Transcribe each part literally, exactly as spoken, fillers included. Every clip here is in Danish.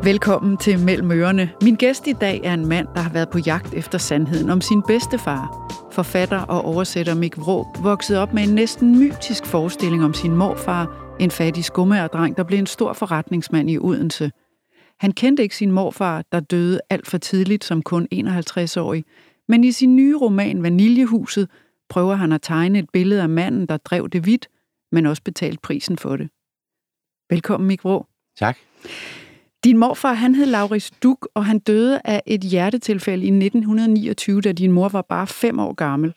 Velkommen til Mellem Ørerne. Min gæst i dag er en mand, der har været på jagt efter sandheden om sin bedstefar. Forfatter og oversætter Mik Vraa voksede op med en næsten mytisk forestilling om sin morfar, en fattig skummager-dreng, der blev en stor forretningsmand i Odense. Han kendte ikke sin morfar, der døde alt for tidligt som kun enoghalvtreds-årig, men i sin nye roman Vaniljehuset prøver han at tegne et billede af manden, der drev det vidt, men også betalte prisen for det. Velkommen, Mik Vraa. Tak. Din morfar, han hed Laurits Duk, og han døde af et hjertetilfælde i nitten niogtyve, da din mor var bare fem år gammel.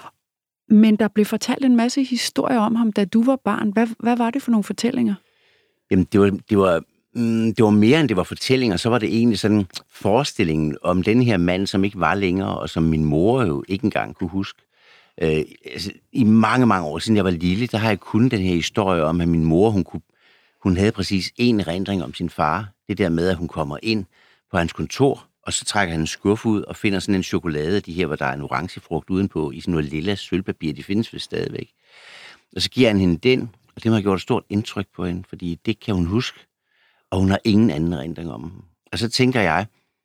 Men der blev fortalt en masse historier om ham, da du var barn. Hvad, hvad var det for nogle fortællinger? Jamen, det var, det var, mm, det var mere end det var fortællinger. Så var det egentlig sådan forestillingen om den her mand, som ikke var længere, og som min mor jo ikke engang kunne huske. Øh, altså, i mange, mange år siden jeg var lille, der har jeg kun den her historie om, at min mor, hun kunne Hun havde præcis en erindring om sin far. Det der med, at hun kommer ind på hans kontor, og så trækker han en skuffe ud og finder sådan en chokolade, de her, hvor der er en orange frugt udenpå, i sådan noget lilla sølvpapir. De findes vist stadigvæk. Og så giver han hende den, og det har gjort et stort indtryk på hende, fordi det kan hun huske, og hun har ingen anden erindring om ham. Og så tænker jeg,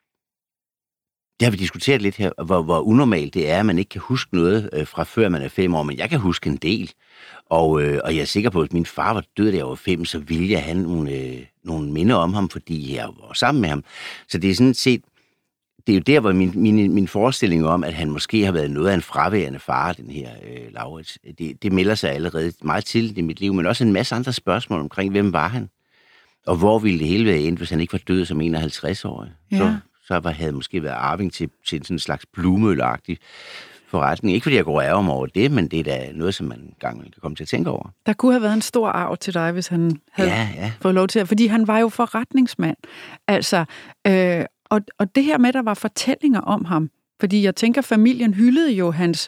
det har vi diskuteret lidt her, hvor, hvor unormalt det er, at man ikke kan huske noget øh, fra før man er fem år, men jeg kan huske en del. Og, øh, og jeg er sikker på, at min far var død, da jeg var fem, så ville jeg have nogle, øh, nogle minder om ham, fordi jeg var sammen med ham. Så det er sådan set, det er jo der, hvor min, min, min forestilling om, at han måske har været noget af en fraværende far, den her øh, Laurits, det, det melder sig allerede meget til i mit liv, men også en masse andre spørgsmål omkring, hvem var han? Og hvor ville det hele være endt, hvis han ikke var død som enoghalvtreds-årig? Ja. Så, så var, havde måske været arving til, til sådan en slags blumølagtig forretning. Ikke fordi jeg går ærger mig over det, men det er da noget, som man engang kan komme til at tænke over. Der kunne have været en stor arv til dig, hvis han havde ja, ja. fået lov til at... Fordi han var jo forretningsmand. Altså, øh, og, og det her med, der var fortællinger om ham, fordi jeg tænker, familien hyldede jo hans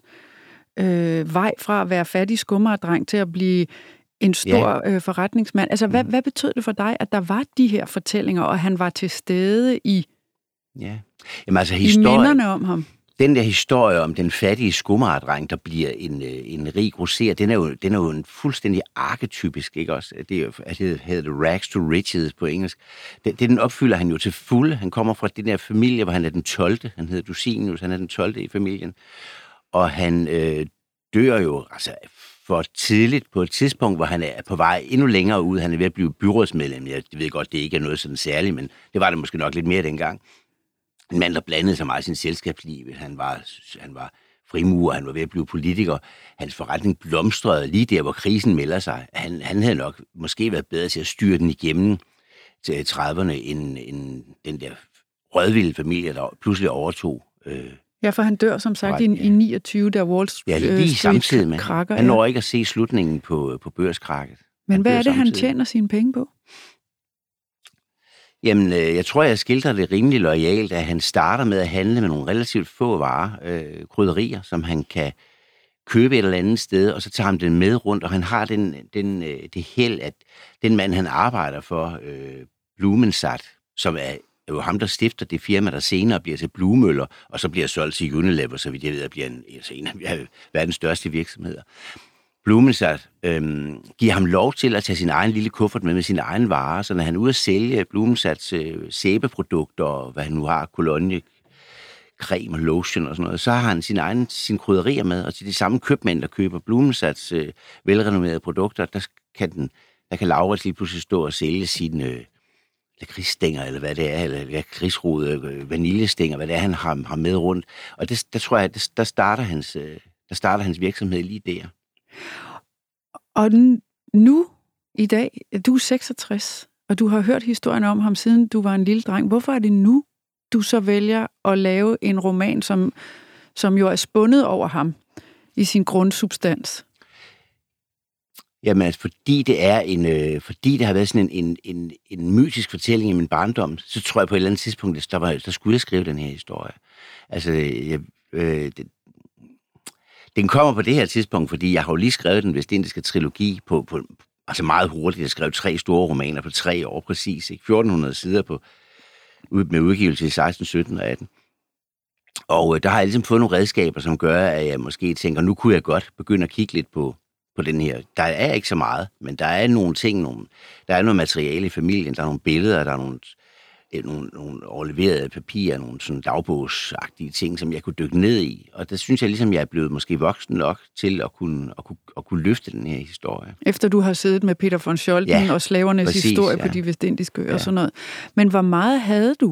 øh, vej fra at være fattig skummerdreng til at blive en stor ja. øh, forretningsmand. Altså, hvad, mm. hvad betød det for dig, at der var de her fortællinger, og han var til stede i, ja. Jamen, altså, i minderne om ham? Den der historie om den fattige skummerdreng, der bliver en, en rig grosserer, den er jo, den er jo en fuldstændig arketypisk, ikke også? Det er jo, det hedder rags to riches på engelsk. Det, det den opfylder han jo til fulde. Han kommer fra den der familie, hvor han er den tolvte. Han hedder Dusinius, han er den tolvte i familien. Og han øh, dør jo altså for tidligt på et tidspunkt, hvor han er på vej endnu længere ud. Han er ved at blive byrådsmedlem. Jeg ved godt, det ikke er noget sådan særligt, men det var det måske nok lidt mere dengang. En mand, der blandede sig meget i sin selskabsliv. Han var, han var frimurer, han var ved at blive politiker. Hans forretning blomstrede lige der, hvor krisen melder sig. Han, han havde nok måske været bedre til at styre den igennem til trediverne, end, end den der rødvilde familie, der pludselig overtog. Øh, ja, for han dør som sagt i, ja. i niogtyve, da Wall Street ja, lige samtidig med. krakker. Han når ikke at se slutningen på, på børskrakket. Men han hvad er det, samtidig. han tjener sine penge på? Jamen, øh, jeg tror, jeg skildrer det rimelig loyalt, at han starter med at handle med nogle relativt få varer, øh, krydderier, som han kan købe et eller andet sted, og så tager han den med rundt, og han har den, den, øh, det held, at den mand, han arbejder for, øh, Blumensat, som er jo ham, der stifter det firma, der senere bliver til Blumøller, og så bliver solgt til Unilever, så vidt jeg ved, at bliver en, altså en af verdens største virksomheder. Blumensat øhm, giver ham lov til at tage sin egen lille kuffert med med sine egne varer, så når han er ude at sælge Blumensats øh, sæbeprodukter, og hvad han nu har, cologne, creme og lotion og sådan noget, så har han sin egen sine krydderier med, og til de samme købmænd, der køber Blumensats øh, velrenommerede produkter, der kan, den, der kan Laurits lige pludselig stå og sælge sine øh, lakridsstænger, eller hvad det er, eller lakridsrod, øh, vaniljestænger, hvad det er, han har, har med rundt. Og det, der tror jeg, det, der, starter hans, øh, der starter hans virksomhed lige der. Og nu, i dag, du er seksogtres, og du har hørt historien om ham, siden du var en lille dreng. Hvorfor er det nu, du så vælger at lave en roman, som, som jo er spundet over ham i sin grundsubstans? Jamen, altså, fordi det er en, øh, fordi det har været sådan en, en, en, en mytisk fortælling i min barndom, så tror jeg på et eller andet tidspunkt, der, var, der skulle jeg skrive den her historie. Altså, jeg, øh, det, den kommer på det her tidspunkt, fordi jeg har jo lige skrevet den vestindiske trilogi på, på altså meget hurtigt. Jeg skrev tre store romaner på tre år præcis, ikke? fjorten hundrede sider på, med udgivelse i seksten, sytten og atten. Og øh, der har jeg ligesom fået nogle redskaber, som gør, at jeg måske tænker, nu kunne jeg godt begynde at kigge lidt på, på den her. Der er ikke så meget, men der er nogle ting, nogle, der er noget materiale i familien, der er nogle billeder, der er nogle, nogle, nogle overleverede papirer, nogle sådan dagbogsagtige ting, som jeg kunne dykke ned i. Og der synes jeg ligesom, jeg er blevet måske voksen nok til at kunne, at kunne, at kunne løfte den her historie. Efter du har siddet med Peter von Scholten ja, og slavernes præcis, historie ja. på de vestindiske øer ja. og sådan noget. Men hvor meget havde du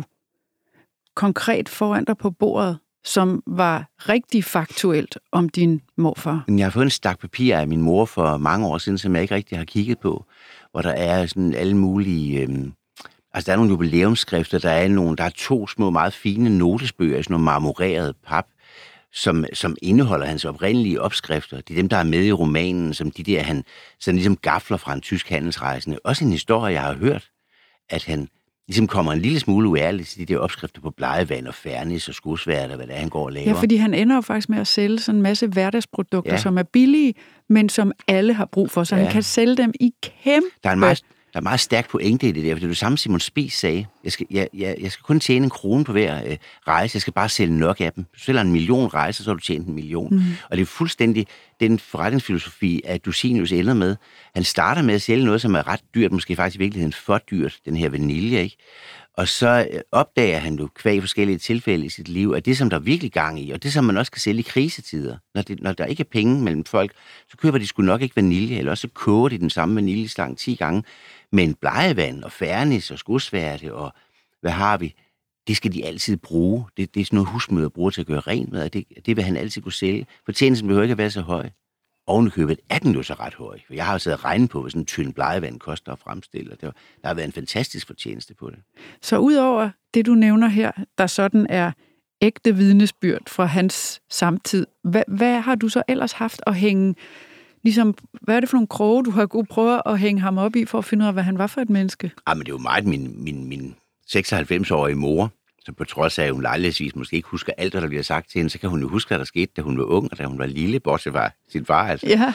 konkret foran dig på bordet, som var rigtig faktuelt om din morfar? Jeg har fået en stak papir af min mor for mange år siden, som jeg ikke rigtig har kigget på, hvor der er sådan alle mulige... Øhm, altså, der er nogle jubilæumsskrifter, der er nogle, der er to små, meget fine notesbøger, sådan nogle marmoreret pap, som, som indeholder hans oprindelige opskrifter. Det er dem, der er med i romanen, som de der, han sådan ligesom gafler fra en tysk handelsrejsende. Også en historie, jeg har hørt, at han ligesom kommer en lille smule uærligt til de der opskrifter på blegevand og fernis og skosværter, hvad det er, han går og laver. Ja, fordi han ender jo faktisk med at sælge sådan en masse hverdagsprodukter, ja. som er billige, men som alle har brug for, så ja. han kan sælge dem i kæmpe... Der er en meget, der er meget stærk pointe i det der, for det er det samme, Simon Spies sagde. Jeg skal, jeg, jeg, jeg skal kun tjene en krone på hver øh, rejse, jeg skal bare sælge nok af dem. Hvis du sælger en million rejser, så har du tjent en million. Mm. Og det er fuldstændig den forretningsfilosofi, at Dusinius ender med. Han starter med at sælge noget, som er ret dyrt, måske faktisk i virkeligheden for dyrt, den her vanilje, ikke? Og så opdager han jo kvæg forskellige tilfælde i sit liv, at det, som der er virkelig gang i, og det, som man også kan sælge i krisetider, når, det, når der ikke er penge mellem folk, så køber de sgu nok ikke vanilje, eller også koger de den samme vaniljeslang ti gange. Men blegevand og fernis og skosværte og hvad har vi, det skal de altid bruge. Det, det er sådan noget husmødre bruger til at gøre rent med, og det, det vil han altid kunne sælge. Fortjenesten behøver ikke at være så høj. Ovenikøbet er den jo så ret høj. For jeg har jo siddet og regnet på, hvad sådan en tynd blegevand koster at fremstille, og det var, der har været en fantastisk fortjeneste på det. Så udover det, du nævner her, der sådan er ægte vidnesbyrd fra hans samtid, hvad, hvad har du så ellers haft at hænge, ligesom, hvad er det for nogle kroge, du har kunnet prøve at hænge ham op i, for at finde ud af, hvad han var for et menneske? Ja, men det er jo meget min, min, min seksoghalvfems-årige mor, så på trods af, at hun lejlighedsvis måske ikke husker alt, hvad der bliver sagt til hende, så kan hun jo huske, hvad der skete, da hun var ung, og da hun var lille, bortset fra sin far. Altså. Ja.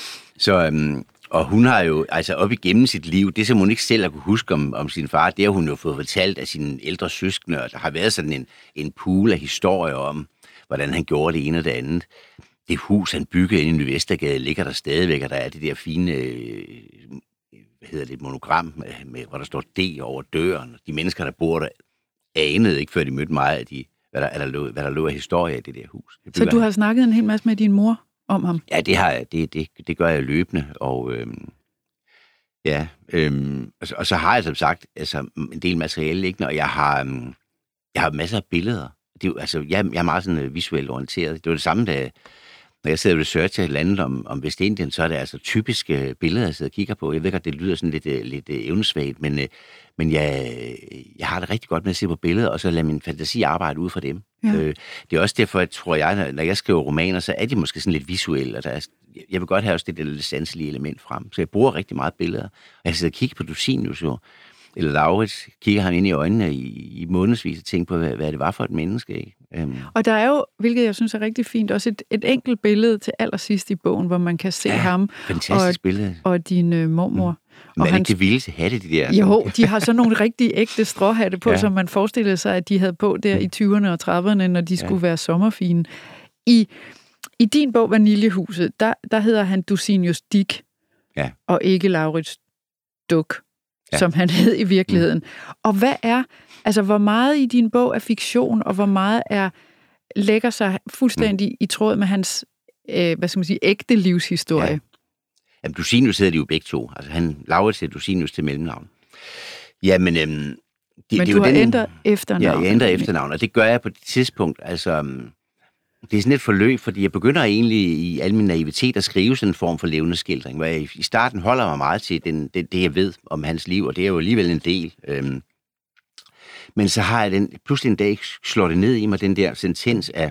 Så, øhm, og hun har jo, altså op igennem sit liv, det som hun ikke selv har kunne huske om, om sin far, det har hun jo fået fortalt af sine ældre søskende, og der har været sådan en, en pool af historier om, hvordan han gjorde det ene og det andet. Det hus, han byggede inde i Ny Vestergade, ligger der stadigvæk, og der er det der fine, øh, hvad hedder det, monogram, med, med, hvor der står D over døren. De mennesker, der bor der, anede ikke, før de mødte mig, at de, hvad, der, der lå, hvad der lå af historie i det der hus. Det så du har snakket en hel masse med din mor om ham? Ja, det, har jeg, det, det, det gør jeg løbende, og øhm, ja, øhm, og, så, og så har jeg som sagt altså, en del materiale liggende, og jeg har, øhm, jeg har masser af billeder. Det, altså, jeg, jeg er meget sådan visuelt orienteret. Det var det samme, da når jeg sidder og researcher et eller andet om, om Vestindien, så er det altså typiske billeder, jeg sidder og kigger på. Jeg ved godt, det lyder sådan lidt, lidt evnesvagt, men, men jeg, jeg har det rigtig godt med at se på billeder, og så lade min fantasi arbejde ud fra dem. Ja. Øh, det er også derfor, at, tror jeg, når jeg skriver romaner, så er de måske sådan lidt visuelle, og der er, jeg vil godt have også det der lidt sanselige element frem. Så jeg bruger rigtig meget billeder, og jeg sidder og kigger på Dusinius jo, eller Laurits, kigger han ind i øjnene i, i månedsvis og tænker på, hvad, hvad det var for et menneske. Ikke? Um. Og der er jo, hvilket jeg synes er rigtig fint, også et, et enkelt billede til allersidst i bogen, hvor man kan se ja, ham fantastisk og, billede. og din uh, mormor. Mm. Men og er det ikke det vildeste hatte, de der? Jo, de har sådan nogle rigtig ægte stråhatte på, ja. som man forestillede sig, at de havde på der i tyverne og trediverne, når de skulle ja. være sommerfine. I, I din bog, Vaniljehuset, der, der hedder han Dusinius Dick, ja. og ikke Laurits Duk. Ja. Som han hed i virkeligheden. Mm. Og hvad er, altså hvor meget i din bog er fiktion, og hvor meget er lægger sig fuldstændig mm. i tråd med hans, øh, hvad skal man sige, ægte livshistorie? Ja. Jamen, Dusinius hedder de jo begge to. Altså, han Laurits hedder Dusinius til mellemnavn. Jamen, øhm, det, Men det du har den, ændret efternavn. Ja, jeg ændrer efternavn, og det gør jeg på det tidspunkt. Altså, det er sådan et forløb, fordi jeg begynder egentlig i al min naivitet at skrive sådan en form for levende skildring, hvor jeg i starten holder mig meget til den, det, det, jeg ved om hans liv, og det er jo alligevel en del. Øhm. Men så har jeg den, pludselig en dag slår det ned i mig, den der sentens af,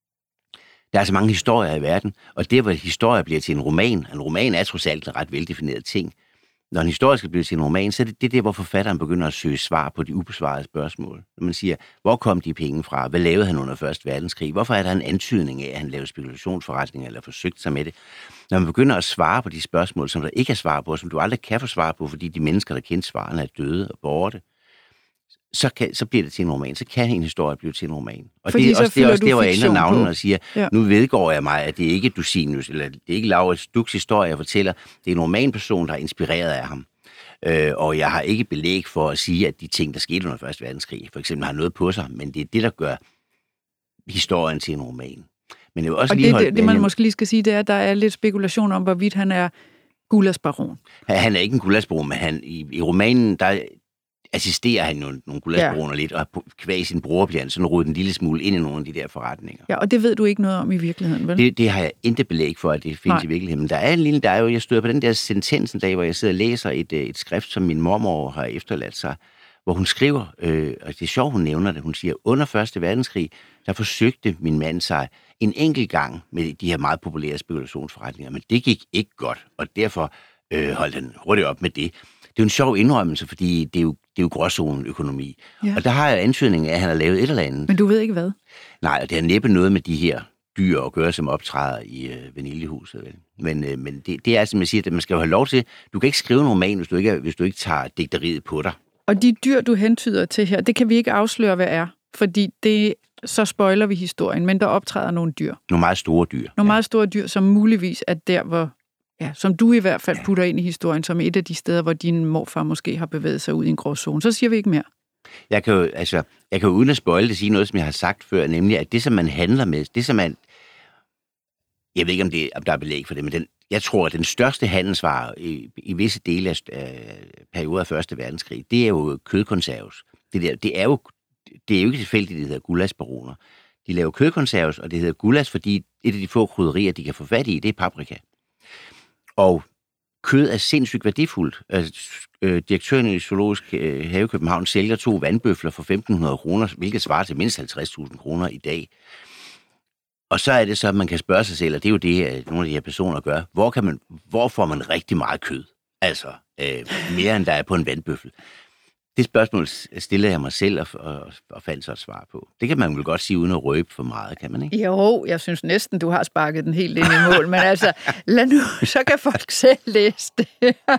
der er så mange historier i verden, og det, hvor historier bliver til en roman, en roman er trods alt en ret veldefineret ting. Når en historie skal blive til en roman, så er det det der, hvor forfatteren begynder at søge svar på de ubesvarede spørgsmål. Når man siger, hvor kom de penge fra? Hvad lavede han under første verdenskrig? Hvorfor er der en antydning af, at han lavede spekulationsforretninger eller forsøgte sig med det? Når man begynder at svare på de spørgsmål, som der ikke er svar på, som du aldrig kan få svar på, fordi de mennesker, der kendte svarene, er døde og borte, så, kan, så bliver det til en roman. Så kan en historie blive til en roman. Og fordi det er også, det er også der, hvor jeg ændrer navnen på. og siger, ja. nu vedgår jeg mig, at det ikke er Dusinius, eller det er ikke Laurits Duks historie, jeg fortæller. Det er en romanperson, der er inspireret af ham. Øh, og jeg har ikke belæg for at sige, at de ting, der skete under første verdenskrig, for eksempel har noget på sig, men det er det, der gør historien til en roman. Men jeg også og lige det, holdt, det, det, man måske lige skal sige, det er, at der er lidt spekulation om, hvorvidt han er gullaschbaron. Han er ikke en gullaschbaron, men han, i, i romanen, der assisterer han jo nogle gullaschbaroner ja. lidt, og kvæg sin bror bliver han sådan rodet en lille smule ind i nogle af de der forretninger. Ja, og det ved du ikke noget om i virkeligheden, vel? Det, det har jeg ikke belæg for, at det findes Nej. i virkeligheden. Men der er en lille, der er jo, jeg støder på den der sentens en dag, hvor jeg sidder og læser et, et skrift, som min mormor har efterladt sig, hvor hun skriver, øh, og det er sjovt, hun nævner det, hun siger, under første verdenskrig, der forsøgte min mand sig en enkelt gang med de her meget populære spekulationsforretninger, men det gik ikke godt, og derfor øh, holdt han hurtigt op med det. Det er jo en sjov indrømmelse, fordi det er jo, det er jo gråzoneøkonomi. Ja. Og der har jeg ansøgningen af, at han har lavet et eller andet. Men du ved ikke hvad? Nej, og det har næppe noget med de her dyr at gøre, som optræder i øh, Vanillehuset. Vel? Men, øh, men det, det er, som jeg siger, at man skal jo have lov til, du kan ikke skrive en roman, hvis du ikke, hvis du ikke tager digteriet på dig. Og de dyr, du hentyder til her, det kan vi ikke afsløre, hvad er. Fordi det, så spoiler vi historien, men der optræder nogle dyr. Nogle meget store dyr. Nogle ja. meget store dyr, som muligvis er der, hvor, ja, som du i hvert fald putter ind i historien, som et af de steder, hvor din morfar måske har bevæget sig ud i en gråzone. Så siger vi ikke mere. Jeg kan jo, altså, jeg kan jo uden at spoile det sige noget, som jeg har sagt før, nemlig at det, som man handler med, det som man, jeg ved ikke, om, det, om der er belæg for det, men den, jeg tror, at den største handelsvare i, i visse dele af øh, perioder af første verdenskrig, det er jo kødkonserves. Det, der, det, er jo, det er jo ikke tilfældigt, det hedder gullaschbaroner. De laver kødkonserves, og det hedder gullasch, fordi et af de få krydderier, de kan få fat i, det er paprika. Og kød er sindssygt værdifuldt. Altså, øh, direktøren i Zoologisk øh, Have i København sælger to vandbøfler for femten hundrede kroner, hvilket svarer til mindst halvtreds tusind kroner i dag. Og så er det så, at man kan spørge sig selv, og det er jo det, nogle af de her personer gør, hvor, kan man, hvor får man rigtig meget kød? Altså, øh, mere end der er på en vandbøffel. Det spørgsmål stiller jeg mig selv og, og, og fandt så et svar på. Det kan man vel godt sige, uden at røbe for meget, kan man ikke? Jo, jeg synes næsten, du har sparket den helt ind i mål, men altså, lad nu, så kan folk selv læse det.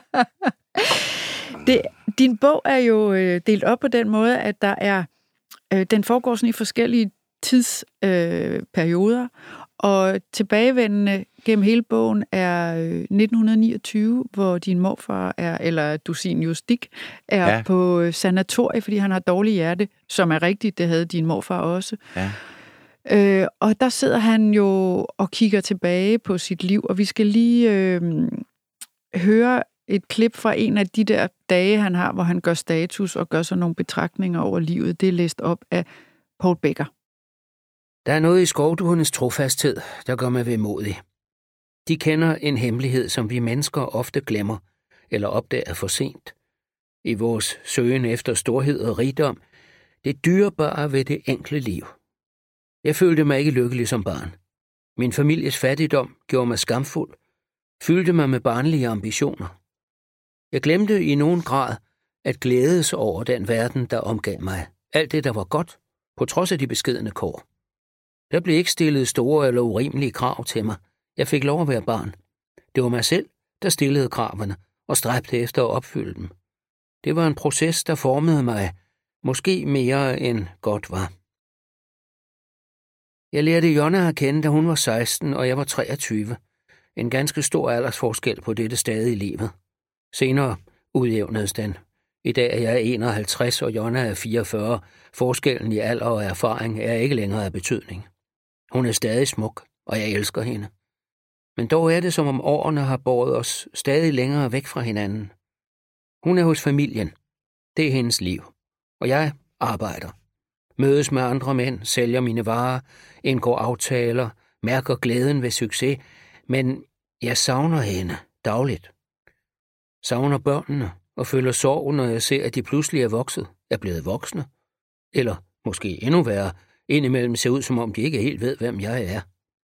det. Din bog er jo delt op på den måde, at der er, øh, den foregår sådan i forskellige tidsperioder, øh, og tilbagevendende gennem hele bogen er øh, nitten niogtyve, hvor din morfar er, eller Dusinius Dick, er ja. på øh, sanatorie, fordi han har dårlig hjerte, som er rigtigt, det havde din morfar også. Ja. Øh, og der sidder han jo og kigger tilbage på sit liv, og vi skal lige øh, høre et klip fra en af de der dage, han har, hvor han gør status og gør sådan nogle betragtninger over livet. Det er læst op af Paul Becker. Der er noget i skovduernes trofasthed, der gør mig vemodig. De kender en hemmelighed, som vi mennesker ofte glemmer eller opdager for sent. I vores søgen efter storhed og rigdom, det dyrebare ved det enkle liv. Jeg følte mig ikke lykkelig som barn. Min families fattigdom gjorde mig skamfuld, fyldte mig med barnlige ambitioner. Jeg glemte i nogen grad at glædes over den verden, der omgav mig. Alt det, der var godt, på trods af de beskedne kår. Der blev ikke stillet store eller urimelige krav til mig. Jeg fik lov at være barn. Det var mig selv, der stillede kravene og stræbte efter at opfylde dem. Det var en proces, der formede mig, måske mere end godt var. Jeg lærte Jonna at kende, da hun var seksten, og jeg var treogtyve. En ganske stor aldersforskel på dette stade i livet. Senere udjævnedes den. I dag er jeg enoghalvtreds, og Jonna er fireogfyrre. Forskellen i alder og erfaring er ikke længere af betydning. Hun er stadig smuk, og jeg elsker hende. Men dog er det, som om årene har båret os stadig længere væk fra hinanden. Hun er hos familien. Det er hendes liv. Og jeg arbejder. Mødes med andre mænd, sælger mine varer, indgår aftaler, mærker glæden ved succes, men jeg savner hende dagligt. Savner børnene og føler sorg, når jeg ser, at de pludselig er vokset, er blevet voksne. Eller måske endnu værre, indimellem ser ud, som om de ikke helt ved, hvem jeg er.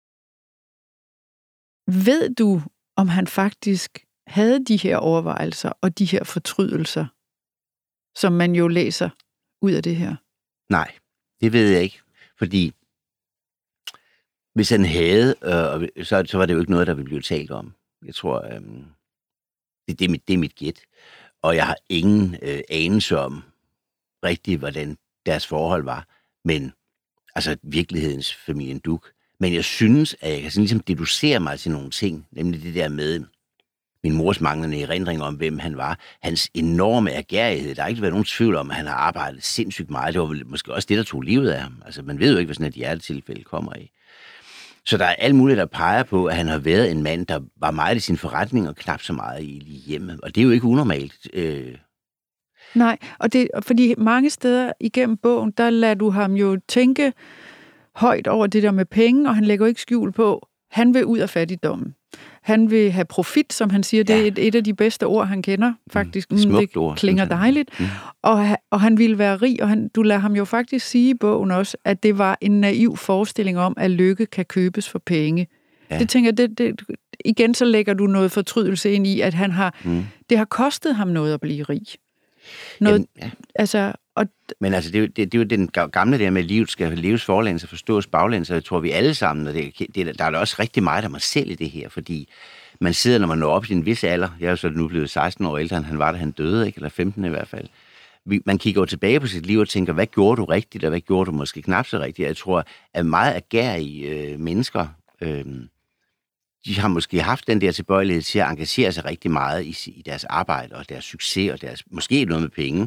Ved du, om han faktisk havde de her overvejelser og de her fortrydelser, som man jo læser ud af det her? Nej, det ved jeg ikke, fordi hvis han havde, øh, så, så var det jo ikke noget, der ville blive talt om. Jeg tror, øh, det, det, er mit, det er mit gæt, og jeg har ingen øh, anelse om rigtigt, hvordan deres forhold var, men altså virkelighedens familien Duk. Men jeg synes, at jeg kan sådan ligesom deducere mig til nogle ting, nemlig det der med, min mors manglende erindring om, hvem han var, hans enorme ergærighed. Der har ikke været nogen tvivl om, at han har arbejdet sindssygt meget. Det var vel måske også det, der tog livet af ham. Altså, man ved jo ikke, hvad sådan et hjertetilfælde kommer af. Så der er alt muligt, der peger på, at han har været en mand, der var meget i sin forretning og knap så meget i hjemmet. Og det er jo ikke unormalt. Øh... Nej, og det, fordi mange steder igennem bogen, der lader du ham jo tænke højt over det der med penge, og han lægger ikke skjul på, han vil ud af fattigdommen. Han vil have profit, som han siger. Det er ja. et, et af de bedste ord, han kender, faktisk. Mm, Smukt det ord, klinger dejligt. Mm. Og, og han ville være rig, og han, du lader ham jo faktisk sige i bogen også, at det var en naiv forestilling om, at lykke kan købes for penge. Ja. Det tænker jeg, det, det, igen så lægger du noget fortrydelse ind i, at han har, mm. det har kostet ham noget at blive rig. Noget, Jamen, ja. altså, og Men altså, det er, jo, det, det er jo den gamle der med, at livet skal leves forlæns og forstås baglæns, og jeg tror, vi alle sammen, og det, det, der er da også rigtig meget af mig selv i det her, fordi man sidder, når man når op i en vis alder, jeg er jo så nu blevet seksten år ældre, end han var, da han døde, ikke? Eller femten i hvert fald. Man kigger jo tilbage på sit liv og tænker, hvad gjorde du rigtigt, og hvad gjorde du måske knap så rigtigt? Jeg tror, at meget agerige øh, mennesker, øh, de har måske haft den der tilbøjelighed til at engagere sig rigtig meget i, i deres arbejde og deres succes og deres, måske noget med penge.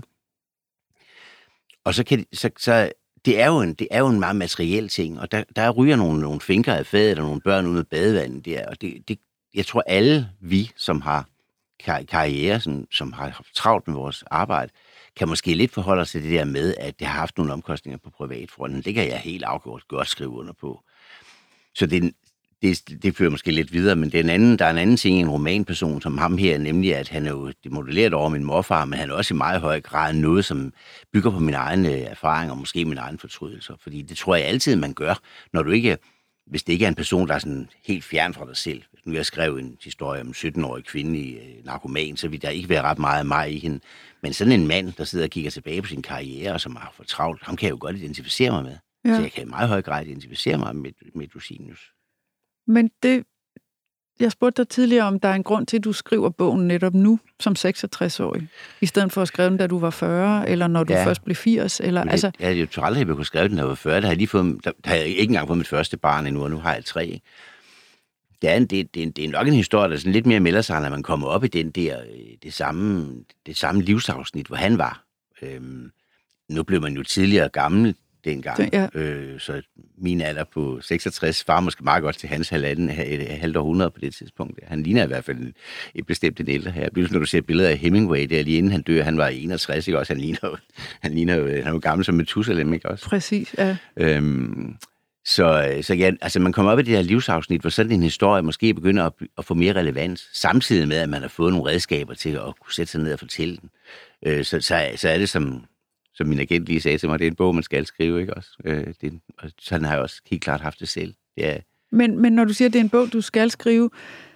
Og så kan så, så det er jo en det er jo en meget materiel ting, og der der ryger nogle nogle finker af fadet eller nogle børn ud med badevandet der, og det det jeg tror alle vi som har kar- karriere som som har haft travlt med vores arbejde, kan måske lidt forholde os til det der med, at det har haft nogle omkostninger på privatfronten. Det kan jeg helt afgjort godt skrive under på. Så det Det, det fører måske lidt videre, men det er en anden, der er en anden ting i en romanperson som ham her, nemlig at han er jo modelleret over min morfar, men han er også i meget høj grad noget, som bygger på min egen erfaring og måske min egen fortrydelser. Fordi det tror jeg altid, man gør, når du ikke, hvis det ikke er en person, der er sådan helt fjern fra dig selv. Nu jeg skrev en historie om en sytten-årig kvindelig narkoman, så vil der ikke være ret meget af mig i hende. Men sådan en mand, der sidder og kigger tilbage på sin karriere, og som har for travlt, ham kan jeg jo godt identificere mig med. Ja. Så jeg kan i meget høj grad identificere mig med, med Rosenius. Men det, jeg spurgte dig tidligere, om der er en grund til, at du skriver bogen netop nu, som seksogtres-årig, i stedet for at skrive den, da du var fyrre, eller når du ja. først blev firs, eller det, altså... Jeg, jeg tror aldrig, jeg kunne skrive den, da jeg var fyrre. Der har jeg lige fået, der, der har jeg ikke engang fået mit første barn endnu, og nu har jeg tre. Ikke? Det, er en, det, det, det er nok en historie, der sådan lidt mere melder sig, når man kommer op i den der, det samme, det samme livsafsnit, hvor han var. Øhm, nu blev man jo tidligere gammel, dengang. Ja. Øh, så min alder på seksogtres var måske meget godt til hans halvanden, halvt århundrede på det tidspunkt. Han ligner i hvert fald en, et bestemt en ældre her. Når du ser billeder af Hemingway, der lige inden han dør, han var enogtres, ikke også? Han ligner han ligner han var gammel som Methuselah, ikke også? Præcis, ja. Øhm, så, så ja, altså man kommer op i det her livsafsnit, hvor sådan en historie måske begynder at, at få mere relevans, samtidig med, at man har fået nogle redskaber til at kunne sætte sig ned og fortælle den. Øh, så, så, så er det som... som min agent lige sagde til mig, det er en bog, man skal skrive, ikke også? Øh, det er, og sådan har jeg også helt klart haft det selv. Ja. Men, men når du siger, at det er en bog, du skal skrive,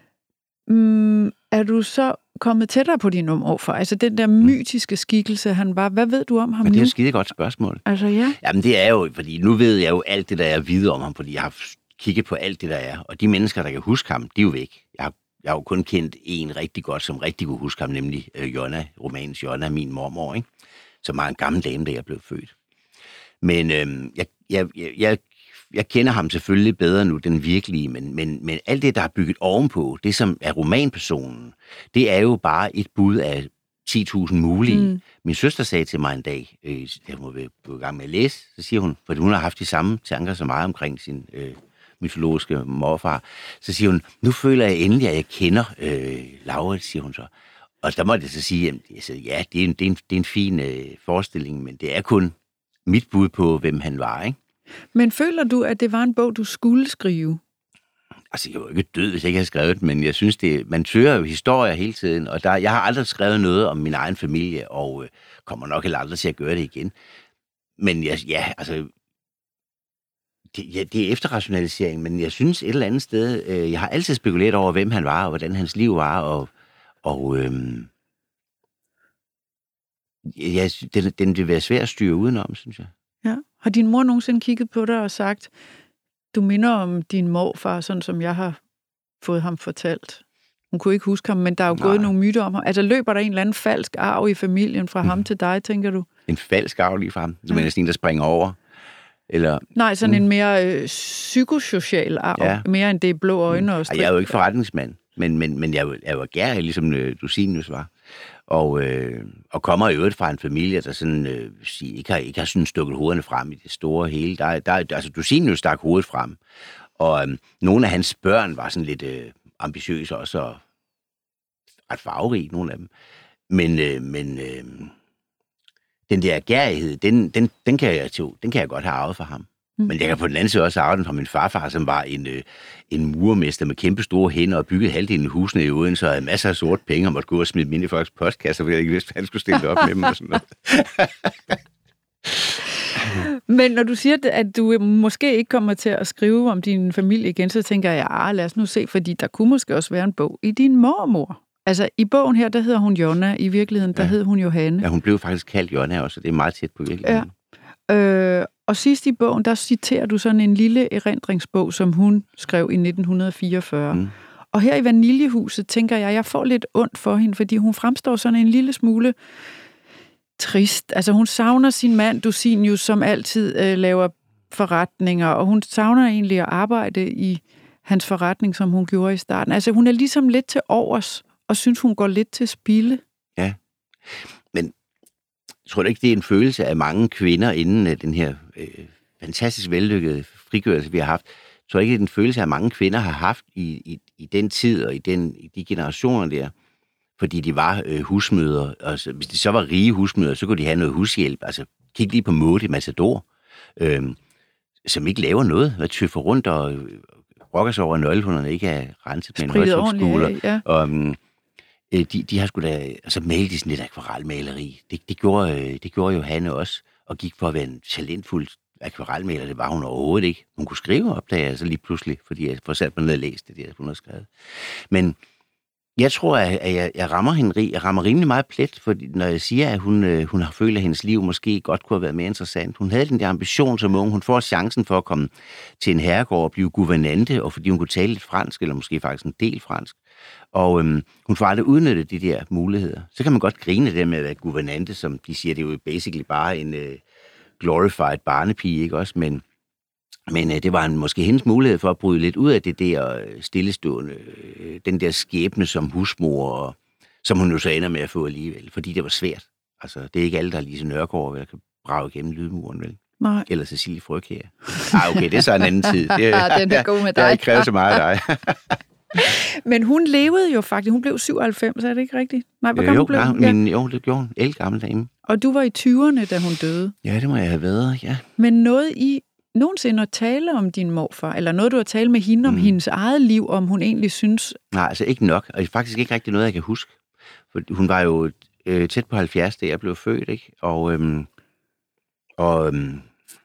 mm, er du så kommet tættere på din morfar? Altså den der mytiske skikkelse, han var. Hvad ved du om ham nu? Det er et skide godt spørgsmål. Altså ja? Jamen det er jo, fordi nu ved jeg jo alt det, der jeg ved om ham, fordi jeg har kigget på alt det, der er. Og de mennesker, der kan huske ham, de er jo væk. Jeg har, jeg har jo kun kendt en rigtig godt, som rigtig kunne huske ham, nemlig øh, Jonna, romanens Jonna, min mormor, ikke? Som var en gammel dame, da jeg blev født. Men øhm, jeg, jeg, jeg, jeg kender ham selvfølgelig bedre nu, den virkelige, men, men, men alt det, der er bygget ovenpå, det som er romanpersonen, det er jo bare et bud af ti tusind mulige. Mm. Min søster sagde til mig en dag, øh, jeg må være på gang med at læse, så siger hun, fordi hun har haft de samme tanker som mig omkring sin øh, mytologiske morfar, så siger hun, nu føler jeg endelig, at jeg kender øh, Laurits, siger hun så. Og der måtte jeg så sige, at ja, det er en, det er en, det er en fin øh, forestilling, men det er kun mit bud på, hvem han var, ikke? Men føler du, at det var en bog, du skulle skrive? Altså, jeg var ikke død, hvis jeg ikke havde skrevet det, men jeg synes, det, man søger jo historier hele tiden, og der, jeg har aldrig skrevet noget om min egen familie, og øh, kommer nok heller aldrig til at gøre det igen. Men jeg, ja, altså, det, ja, det er efterrationalisering, men jeg synes et eller andet sted, øh, jeg har altid spekuleret over, hvem han var, og hvordan hans liv var, og Og øhm, ja, den, den vil være svær at styre udenom, synes jeg. Ja. Har din mor nogensinde kigget på dig og sagt, du minder om din morfar, sådan som jeg har fået ham fortalt? Hun kunne ikke huske ham, men der er jo Nej. gået nogle myter om ham. Altså løber der en eller anden falsk arv i familien fra mm. ham til dig, tænker du? En falsk arv lige fra ham? Du ja. mener sådan en, der springer over? Eller, Nej, sådan mm. en mere øh, psykosocial arv. Ja. Mere end det blå øjne og strik. Jeg er jo ikke forretningsmand. men, men, men jeg, jeg var gær, ligesom øh, Dusinius var. Og, øh, og kommer i øvrigt fra en familie, der sådan, øh, sige, ikke, har, ikke har sådan stukket hovederne frem i det store hele. Der, der, altså, Dusinius stak hovedet frem. Og øh, nogle af hans børn var sådan lidt øh, ambitiøse også, og ret farverige, nogle af dem. Men, øh, men øh, den der gærighed, den, den, den, kan jeg, den kan jeg godt have arvet fra ham. Mm. Men jeg kan på den anden side også arve den fra min farfar, som var en, øh, en murmester med kæmpe store hænder og byggede halvdelen af husene i Odense, og havde masser af sort penge og måtte gå og smide dem ind i folks postkasser, fordi jeg ikke vidste, at han skulle stille op med dem og sådan noget. Men når du siger, at du måske ikke kommer til at skrive om din familie igen, så tænker jeg, ja, lad os nu se, fordi der kunne måske også være en bog i din mormor. Altså, i bogen her, der hedder hun Jonna. I virkeligheden, der ja. hed hun Johanne. Ja, hun blev faktisk kaldt Jonna også, så det er meget tæt på virkeligheden. Ja. Øh, og sidst i bogen, der citerer du sådan en lille erindringsbog, som hun skrev i nitten fireogfyrre. Mm. Og her i Vaniljehuset, tænker jeg, jeg får lidt ondt for hende, fordi hun fremstår sådan en lille smule trist. Altså, hun savner sin mand, Dusinius, som altid øh, laver forretninger, og hun savner egentlig at arbejde i hans forretning, som hun gjorde i starten. Altså, hun er ligesom lidt til overs, og synes, hun går lidt til spilde. Ja, men jeg tror ikke, det er en følelse af mange kvinder inden den her øh, fantastisk vellykkede frigørelse, vi har haft. Jeg tror ikke, det er en følelse af mange kvinder har haft i, i, i den tid og i, den, i de generationer der, fordi de var øh, husmødre. Og så, hvis de så var rige husmødre, så kunne de have noget hushjælp. Altså, kig lige på Maud i Matador, øh, som ikke laver noget, hvad tøffer rundt og øh, rokker sig over nøglehunderne, ikke er renset med en højtryksskole. Ja. Og, øh, De, de har sgu da, altså malet de sådan lidt akvarelmaleri. Det, det, gjorde, det gjorde Johanne også, og gik for at være en talentfuld akvarelmaler. Det var hun overhovedet ikke. Hun kunne skrive op, da jeg altså lige pludselig, fordi jeg får sat mig ned og læst det, der hun har skrevet. Men jeg tror, at jeg, jeg rammer hende, jeg rammer rimelig meget plet, fordi når jeg siger, at hun, hun har følt, at hendes liv måske godt kunne have været mere interessant. Hun havde den der ambition som ung. Hun får chancen for at komme til en herregård og blive guvernante, og fordi hun kunne tale lidt fransk, eller måske faktisk en del fransk. Og øhm, hun får aldrig udnyttet de der muligheder. Så kan man godt grine det med at være guvernante, som de siger, det er jo basically bare en øh, glorified barnepige, ikke også? Men, men øh, det var en, måske hendes mulighed for at bryde lidt ud af det der stillestående, øh, den der skæbne som husmor, og, som hun jo så ender med at få alligevel, fordi det var svært. Altså, det er ikke alle, der er Lise Nørgaard, der kan brage igennem lydmuren, vel? Nej. Eller Cecilie Frøkjær. Ah, okay, det er så en anden tid. Det, den er god med dig. Det har ikke krævet så meget af dig. Men hun levede jo faktisk. Hun blev syvoghalvfems, er det ikke rigtigt? Nej, hvor gammel jo, blev hun? Ja. Min, jo, det gjorde hun. Elgammel dame. Og du var i tyverne, da hun døde. Ja, det må jeg have været, ja. Men noget I nogensinde at tale om din morfar, eller noget, du har talt med hende om mm. hendes eget liv, om hun egentlig synes... Nej, altså ikke nok. Og faktisk ikke rigtig noget, jeg kan huske. For hun var jo øh, tæt på halvfjerds, da jeg blev født, ikke? Og... Øhm, og øhm,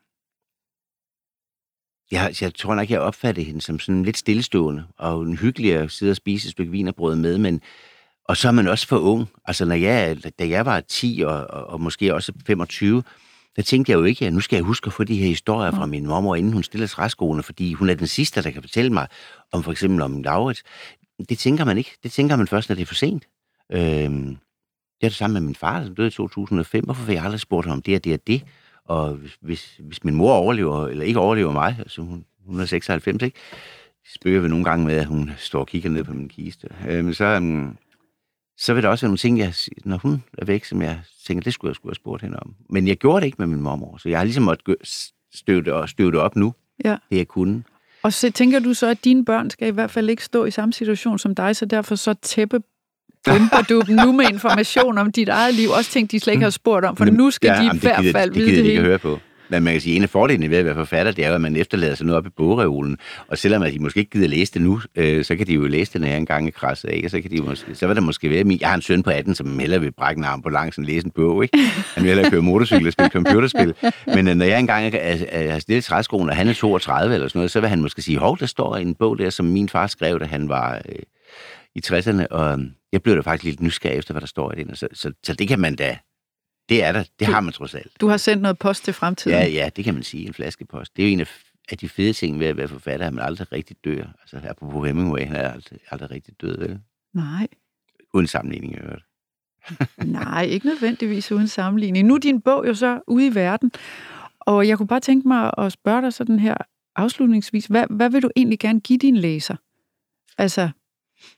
Jeg, jeg tror nok, jeg opfattede hende som sådan lidt stillestående, og en hyggelig at sidde og spise et stykke wienerbrød med, men og så er man også for ung. Altså, når jeg, da jeg var ti og, og, og måske også femogtyve, der tænkte jeg jo ikke, at nu skal jeg huske at få de her historier fra min mormor, inden hun stiller træskoene, fordi hun er den sidste, der kan fortælle mig om for eksempel om Laurits. Det tænker man ikke. Det tænker man først, når det er for sent. Øhm, det er det samme med min far, som døde i to tusind og fem. Hvorfor har jeg aldrig spurgt ham om det og det og det? Og hvis, hvis, hvis min mor overlever, eller ikke overlever mig, altså hun, hun er seksoghalvfems, ikke? Spøger vi nogle gange med, at hun står og kigger ned på min kiste. Øhm, så, um, så vil der også være nogle ting, jeg, når hun er væk, som jeg tænker, det skulle jeg skulle have spurgt hende om. Men jeg gjorde det ikke med min mormor, så jeg har ligesom måttet støve det, og støve det op nu, ja. Det jeg kunne. Og så tænker du så, at dine børn skal i hvert fald ikke stå i samme situation som dig, så derfor så tæppe bomber du dem nu med information om dit eget liv, også ting, de slet ikke har spurgt om, for nu skal ja, de i hvert fald vide det. Det gider de ikke høre på. Men man kan sige, en af fordelene ved at være forfatter, det er jo, at man efterlader sig noget op i bogreolen, og selvom at de måske ikke gider læse det nu, øh, så kan de jo læse det, når jeg engang er krasset af, og så, kan de måske, så vil der måske være min... Jeg har en søn på atten, som hellere vil brække en arm på langs og læse en bog, ikke? Han vil hellere køre motorcykel og spille computerspil. Men øh, når jeg engang har stillet træskoen, og han er toogtredive eller sådan noget, så vil han måske sige, hov, der står en bog der, som min far skrev, da han var øh, i tresserne, og jeg blev da faktisk lidt nysgerrig efter, hvad der står i den, så, så, så det kan man da... Det er der. Det har man trods alt. Du har sendt noget post til fremtiden. Ja, ja, det kan man sige. En flaskepost. Det er jo en af, af de fede ting ved at være forfatter, at man aldrig rigtig dør. Altså, apropos Hemingway, han er aldrig, aldrig rigtig død, vel? Nej. Uden sammenligning, i øvrigt. Nej, ikke nødvendigvis uden sammenligning. Nu er din bog jo så ude i verden, og jeg kunne bare tænke mig at spørge dig sådan her afslutningsvis. Hvad, hvad vil du egentlig gerne give din læser? Altså...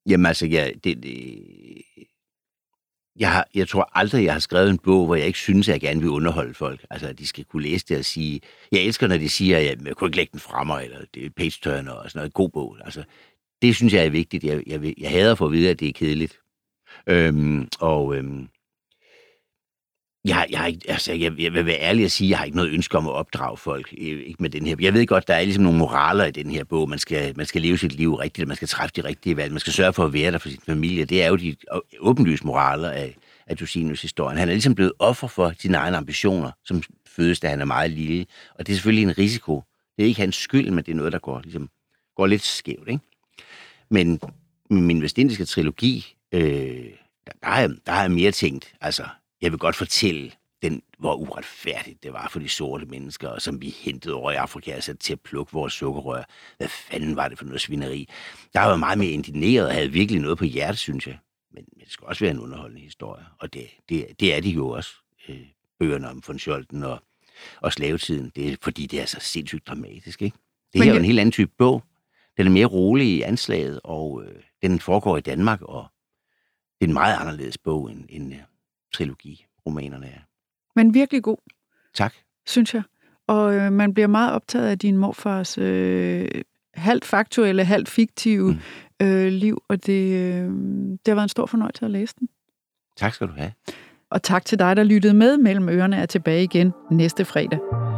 Jamen altså, jeg, det, det, jeg, har, jeg tror aldrig, jeg har skrevet en bog, hvor jeg ikke synes, at jeg gerne vil underholde folk. Altså, at de skal kunne læse det og sige... Jeg elsker, når de siger, at jeg, jeg kunne ikke lægge den fra mig, eller det er page-turner og sådan noget. God bog. Altså, det synes jeg er vigtigt. Jeg, jeg, jeg hader for at vide, at det er kedeligt. Øhm, og... Øhm, Jeg, jeg, har ikke, altså, jeg, jeg vil være ærlig at sige, at jeg har ikke noget ønske om at opdrage folk. Ikke med den her. Jeg ved godt, der er ligesom nogle moraler i den her bog. Man skal, man skal leve sit liv rigtigt, og man skal træffe de rigtige valg. Man skal sørge for at være der for sin familie. Det er jo de åbenlyse moraler af, af Josinius historien. Han er ligesom blevet offer for sine egne ambitioner, som fødes, da han er meget lille. Og det er selvfølgelig en risiko. Det er ikke hans skyld, men det er noget, der går, ligesom, går lidt skævt. Ikke? Men min vestindiske trilogi, øh, der, der, har jeg, der har jeg mere tænkt, altså... Jeg vil godt fortælle, den, hvor uretfærdigt det var for de sorte mennesker, som vi hentede over i Afrika og satte til at plukke vores sukkerrør. Hvad fanden var det for noget svineri? Der var meget mere indigneret og havde virkelig noget på hjertet, synes jeg. Men, men det skal også være en underholdende historie, og det, det, det er de jo også. Øh, bøgerne om von Scholten og, og slavetiden, det er, fordi det er så sindssygt dramatisk. Ikke? Det her er jo en helt anden type bog. Den er mere rolig i anslaget, og øh, den foregår i Danmark, og det er en meget anderledes bog end... end trilogi-romanerne er. Men virkelig god. Tak. Synes jeg. Og øh, man bliver meget optaget af din morfars øh, halvt faktuelle, halvt fiktive mm. øh, liv, og det, øh, det har været en stor fornøjelse at læse den. Tak skal du have. Og tak til dig, der lyttede med. Mellem Ørerne er tilbage igen næste fredag.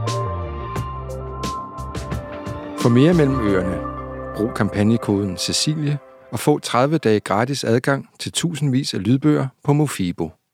For mere Mellem Ørerne, brug kampagnekoden Cecilie og få tredive dage gratis adgang til tusindvis af lydbøger på Mofibo.